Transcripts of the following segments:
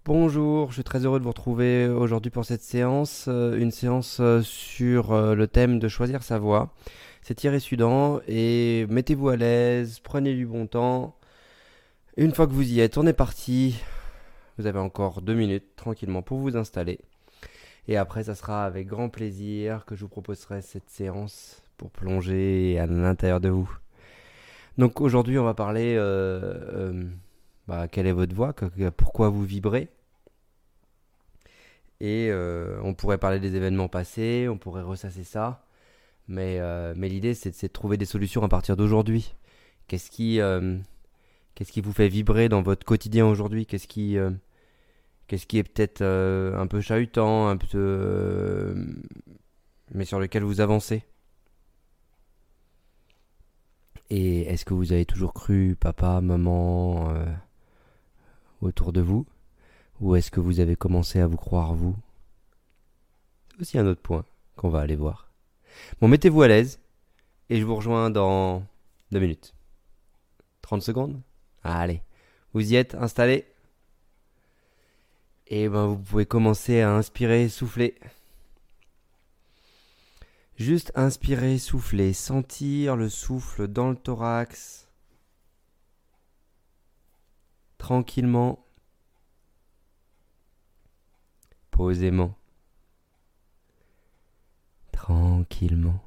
Bonjour, je suis très heureux de vous retrouver aujourd'hui pour cette séance, une séance sur le thème de choisir sa voie. C'est Thierry Sudan et mettez-vous à l'aise, prenez du bon temps. Une fois que vous y êtes, on est parti. Vous avez encore 2 minutes tranquillement pour vous installer. Et après, ça sera avec grand plaisir que je vous proposerai cette séance pour plonger à l'intérieur de vous. Donc aujourd'hui, on va parler quelle est votre voix, pourquoi vous vibrez. Et on pourrait parler des événements passés, on pourrait ressasser ça. Mais l'idée, c'est de trouver des solutions à partir d'aujourd'hui. Qu'est-ce qui, euh, qu'est-ce qui vous fait vibrer dans votre quotidien aujourd'hui? Qu'est-ce qui est peut-être un peu chahutant, mais sur lequel vous avancez? Et est-ce que vous avez toujours cru papa, maman autour de vous? Ou est-ce que vous avez commencé à vous croire vous? C'est aussi un autre point qu'on va aller voir. Bon, mettez-vous à l'aise et je vous rejoins dans 2 minutes. 30 secondes? Allez, vous y êtes installés? Et ben vous pouvez commencer à inspirer, souffler. Juste inspirer, souffler, sentir le souffle dans le thorax. Tranquillement. Posément. Tranquillement.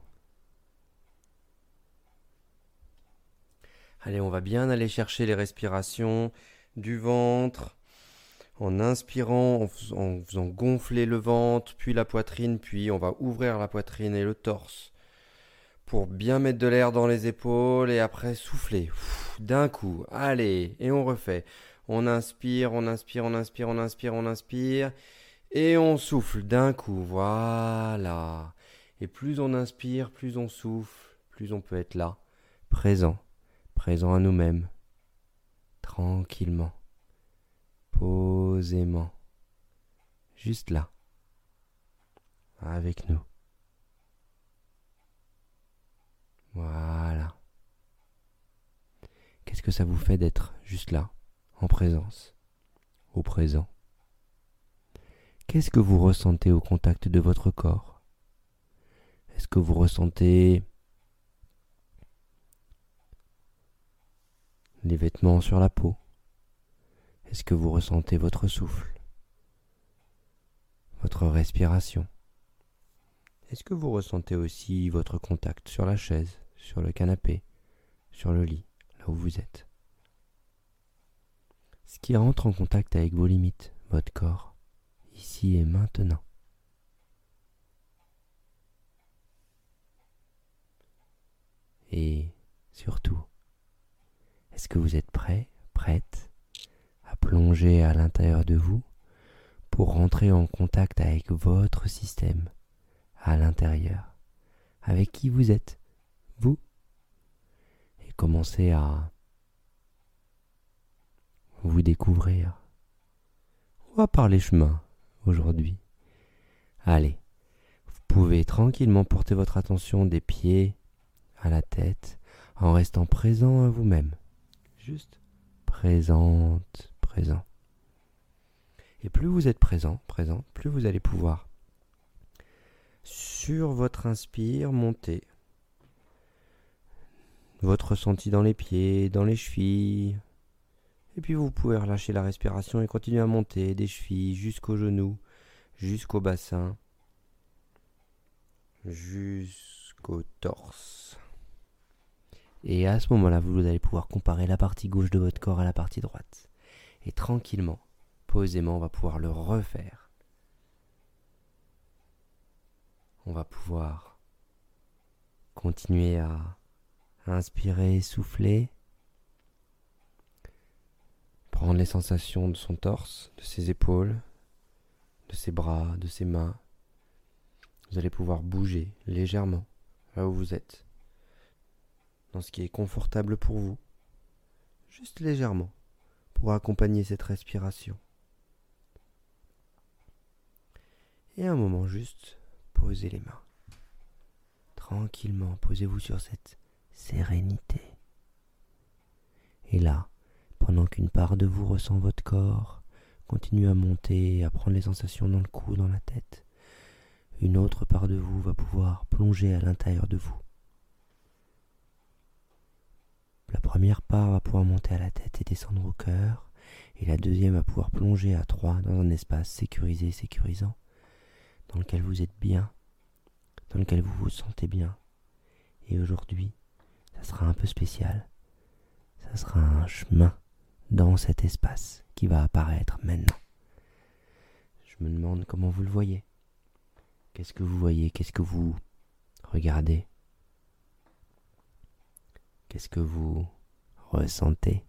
Allez, on va bien aller chercher les respirations du ventre. En inspirant, en faisant gonfler le ventre, puis la poitrine, puis on va ouvrir la poitrine et le torse pour bien mettre de l'air dans les épaules et après souffler. D'un coup, allez, et on refait. On inspire, on inspire, on inspire, on inspire, on inspire. Et on souffle d'un coup, voilà. Et plus on inspire, plus on souffle, plus on peut être là, présent à nous-mêmes, tranquillement, posément, juste là, avec nous. Voilà. Qu'est-ce que ça vous fait d'être juste là, en présence, au présent? Qu'est-ce que vous ressentez au contact de votre corps? Est-ce que vous ressentez les vêtements sur la peau? Est-ce que vous ressentez votre souffle? Votre respiration? Est-ce que vous ressentez aussi votre contact sur la chaise, sur le canapé, sur le lit, là où vous êtes? Ce qui rentre en contact avec vos limites, votre corps, ici et maintenant. Et surtout, est-ce que vous êtes prêt, prête à plonger à l'intérieur de vous pour rentrer en contact avec votre système à l'intérieur, avec qui vous êtes, vous, et commencer à vous découvrir. On va parler chemin aujourd'hui. Allez, vous pouvez tranquillement porter votre attention des pieds à la tête en restant présent à vous-même. Juste présente, présent. Et plus vous êtes présent, plus vous allez pouvoir, sur votre inspire, monter votre ressenti dans les pieds, dans les chevilles. Et puis vous pouvez relâcher la respiration et continuer à monter des chevilles jusqu'aux genoux, jusqu'au bassin, jusqu'au torse. Et à ce moment-là, vous allez pouvoir comparer la partie gauche de votre corps à la partie droite. Et tranquillement, posément, on va pouvoir le refaire. On va pouvoir continuer à inspirer, souffler, prendre les sensations de son torse, de ses épaules, de ses bras, de ses mains. Vous allez pouvoir bouger légèrement là où vous êtes, dans ce qui est confortable pour vous, juste légèrement, pour accompagner cette respiration. Et un moment juste, posez les mains. Tranquillement, posez-vous sur cette sérénité. Et là, pendant qu'une part de vous ressent votre corps, Continuez à monter, à prendre les sensations dans le cou, dans la tête. Une autre part de vous va pouvoir plonger à l'intérieur de vous. La première part va pouvoir monter à la tête et descendre au cœur. Et la deuxième va pouvoir plonger à 3 dans un espace sécurisé, sécurisant, dans lequel vous êtes bien, dans lequel vous vous sentez bien. Et aujourd'hui, ça sera un peu spécial. Ça sera un chemin dans cet espace qui va apparaître maintenant. Je me demande comment vous le voyez. Qu'est-ce que vous voyez? Qu'est-ce que vous regardez? Qu'est-ce que vous ressentez?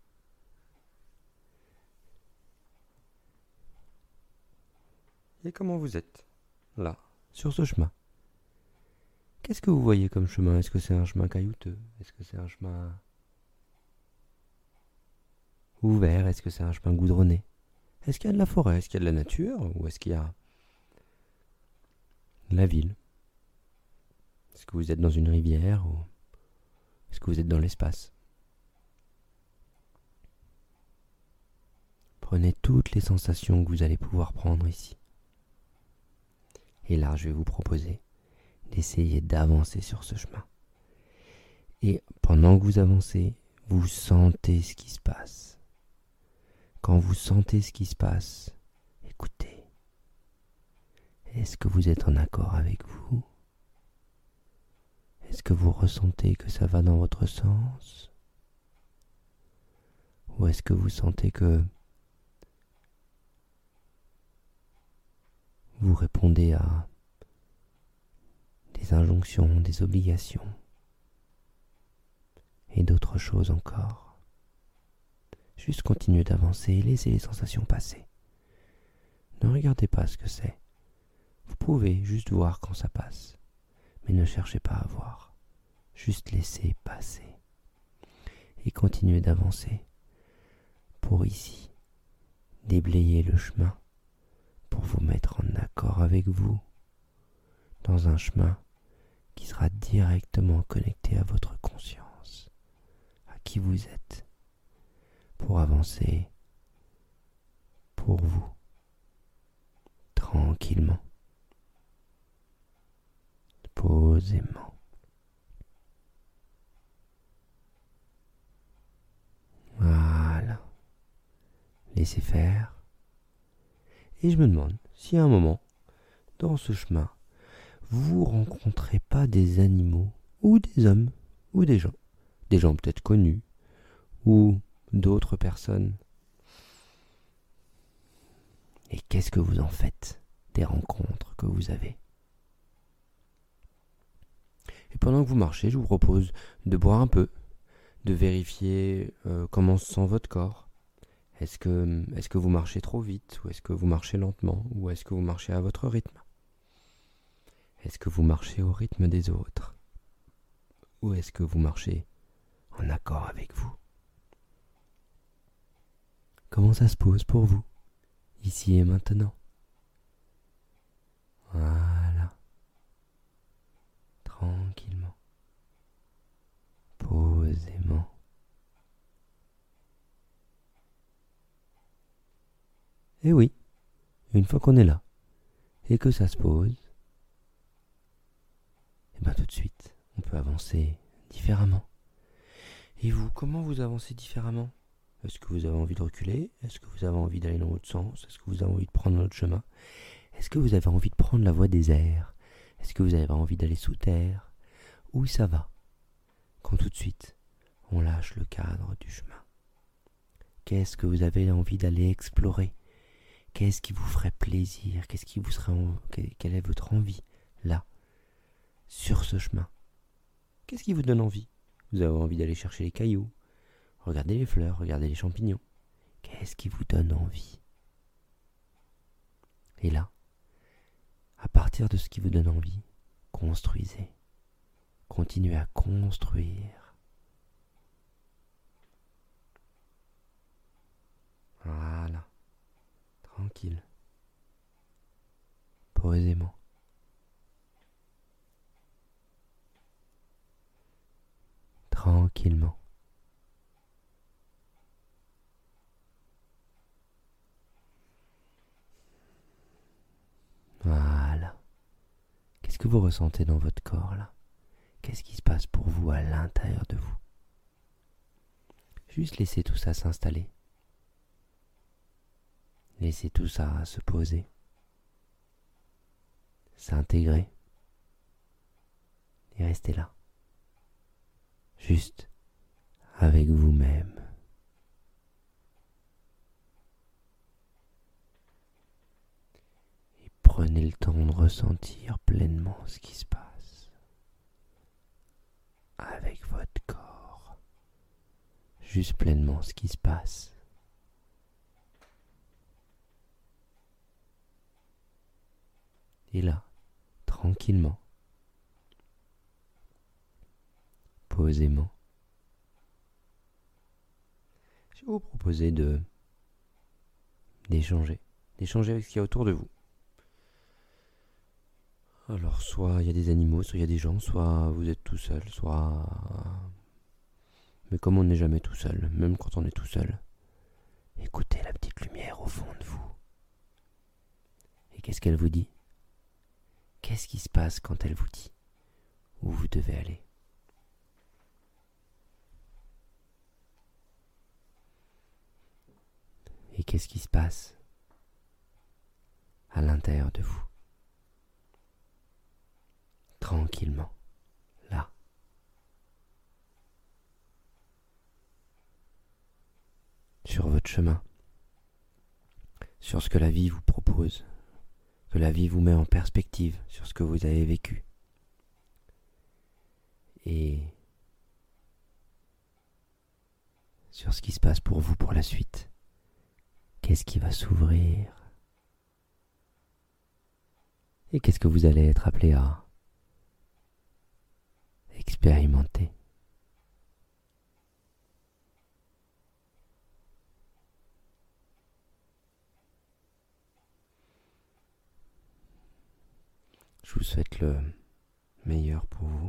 Et comment vous êtes, là, sur ce chemin? Qu'est-ce que vous voyez comme chemin? Est-ce que c'est un chemin caillouteux? Est-ce que c'est un chemin ouvert? Est-ce que c'est un chemin goudronné? Est-ce qu'il y a de la forêt? Est-ce qu'il y a de la nature? Ou est-ce qu'il y a de la ville? Est-ce que vous êtes dans une rivière? Ou est-ce que vous êtes dans l'espace? Prenez toutes les sensations que vous allez pouvoir prendre ici. Et là, je vais vous proposer d'essayer d'avancer sur ce chemin. Et pendant que vous avancez, vous sentez ce qui se passe. Quand vous sentez ce qui se passe, écoutez. Est-ce que vous êtes en accord avec vous? Est-ce que vous ressentez que ça va dans votre sens? Ou est-ce que vous sentez que vous répondez à des injonctions, des obligations et d'autres choses encore? Juste continuez d'avancer et laissez les sensations passer. Ne regardez pas ce que c'est. Vous pouvez juste voir quand ça passe, mais ne cherchez pas à voir. Juste laissez passer et continuez d'avancer pour ici déblayer le chemin, pour vous mettre en accord avec vous dans un chemin qui sera directement connecté à votre conscience, à qui vous êtes, pour avancer pour vous, tranquillement, posément. Voilà. Laissez faire. Et je me demande si à un moment, dans ce chemin, vous rencontrez pas des animaux, ou des hommes, ou des gens peut-être connus, ou d'autres personnes. Et qu'est-ce que vous en faites des rencontres que vous avez? Et pendant que vous marchez, je vous propose de boire un peu, de vérifier comment se sent votre corps. Est-ce que vous marchez trop vite, ou est-ce que vous marchez lentement, ou est-ce que vous marchez à votre rythme? Est-ce que vous marchez au rythme des autres, ou est-ce que vous marchez en accord avec vous? Comment ça se pose pour vous, ici et maintenant? Voilà. Tranquillement. Posément. Et oui, une fois qu'on est là, et que ça se pose, et bien tout de suite, on peut avancer différemment. Et vous, comment vous avancez différemment? Est-ce que vous avez envie de reculer? Est-ce que vous avez envie d'aller dans l'autre sens? Est-ce que vous avez envie de prendre l'autre chemin? Est-ce que vous avez envie de prendre la voie des airs? Est-ce que vous avez envie d'aller sous terre? Où ça va? Quand tout de suite, on lâche le cadre du chemin. Qu'est-ce que vous avez envie d'aller explorer? Qu'est-ce qui vous ferait plaisir? Qu'est-ce qui vous serait quelle est votre envie, là, sur ce chemin? Qu'est-ce qui vous donne envie? Vous avez envie d'aller chercher les cailloux, regarder les fleurs, regarder les champignons. Qu'est-ce qui vous donne envie? Et là, à partir de ce qui vous donne envie, construisez. Continuez à construire. Voilà. Tranquille. Posément. Tranquillement. que vous ressentez dans votre corps là? Qu'est-ce qui se passe pour vous à l'intérieur de vous? Juste laissez tout ça s'installer. Laissez tout ça se poser, s'intégrer et restez là, juste avec vous-même. Et prenez le temps de ressentir pleinement ce qui se passe avec votre corps, juste pleinement ce qui se passe. Et là, tranquillement, posément, je vais vous proposer d'échanger avec ce qu'il y a autour de vous. Alors, soit il y a des animaux, soit il y a des gens, soit vous êtes tout seul, soit... Mais comme on n'est jamais tout seul, même quand on est tout seul, écoutez la petite lumière au fond de vous. Et qu'est-ce qu'elle vous dit ? Qu'est-ce qui se passe quand elle vous dit où vous devez aller? Et qu'est-ce qui se passe à l'intérieur de vous? Tranquillement, là. Sur votre chemin, sur ce que la vie vous propose, que la vie vous met en perspective sur ce que vous avez vécu. Et sur ce qui se passe pour vous pour la suite. Qu'est-ce qui va s'ouvrir? Et qu'est-ce que vous allez être appelé à expérimenter? Je vous souhaite le meilleur pour vous.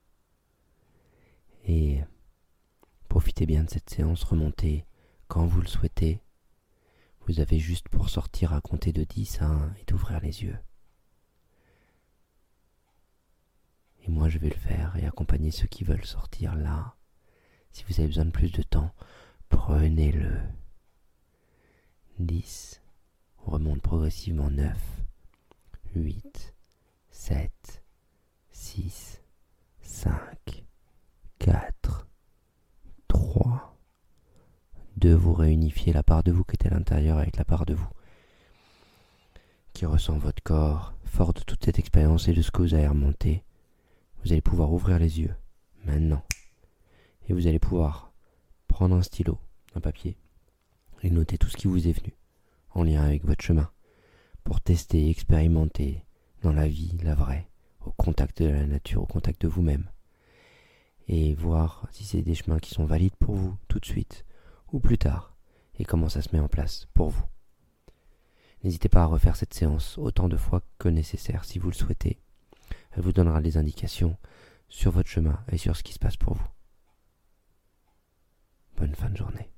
Et profitez bien de cette séance, remontez quand vous le souhaitez. Vous avez juste pour sortir à compter de 10 à 1 et d'ouvrir les yeux. Et moi je vais le faire et accompagner ceux qui veulent sortir là. Si vous avez besoin de plus de temps, prenez-le. 10, on remonte progressivement. 9, 8, 7, 6, 5, 4, 3, 2, vous réunifiez la part de vous qui est à l'intérieur avec la part de vous qui ressent votre corps, fort de toute cette expérience et de ce que vous avez remonté. Vous allez pouvoir ouvrir les yeux, maintenant, et vous allez pouvoir prendre un stylo, un papier, et noter tout ce qui vous est venu, en lien avec votre chemin, pour tester, expérimenter dans la vie, la vraie, au contact de la nature, au contact de vous-même, et voir si c'est des chemins qui sont valides pour vous, tout de suite, ou plus tard, et comment ça se met en place pour vous. N'hésitez pas à refaire cette séance autant de fois que nécessaire si vous le souhaitez. Elle vous donnera des indications sur votre chemin et sur ce qui se passe pour vous. Bonne fin de journée.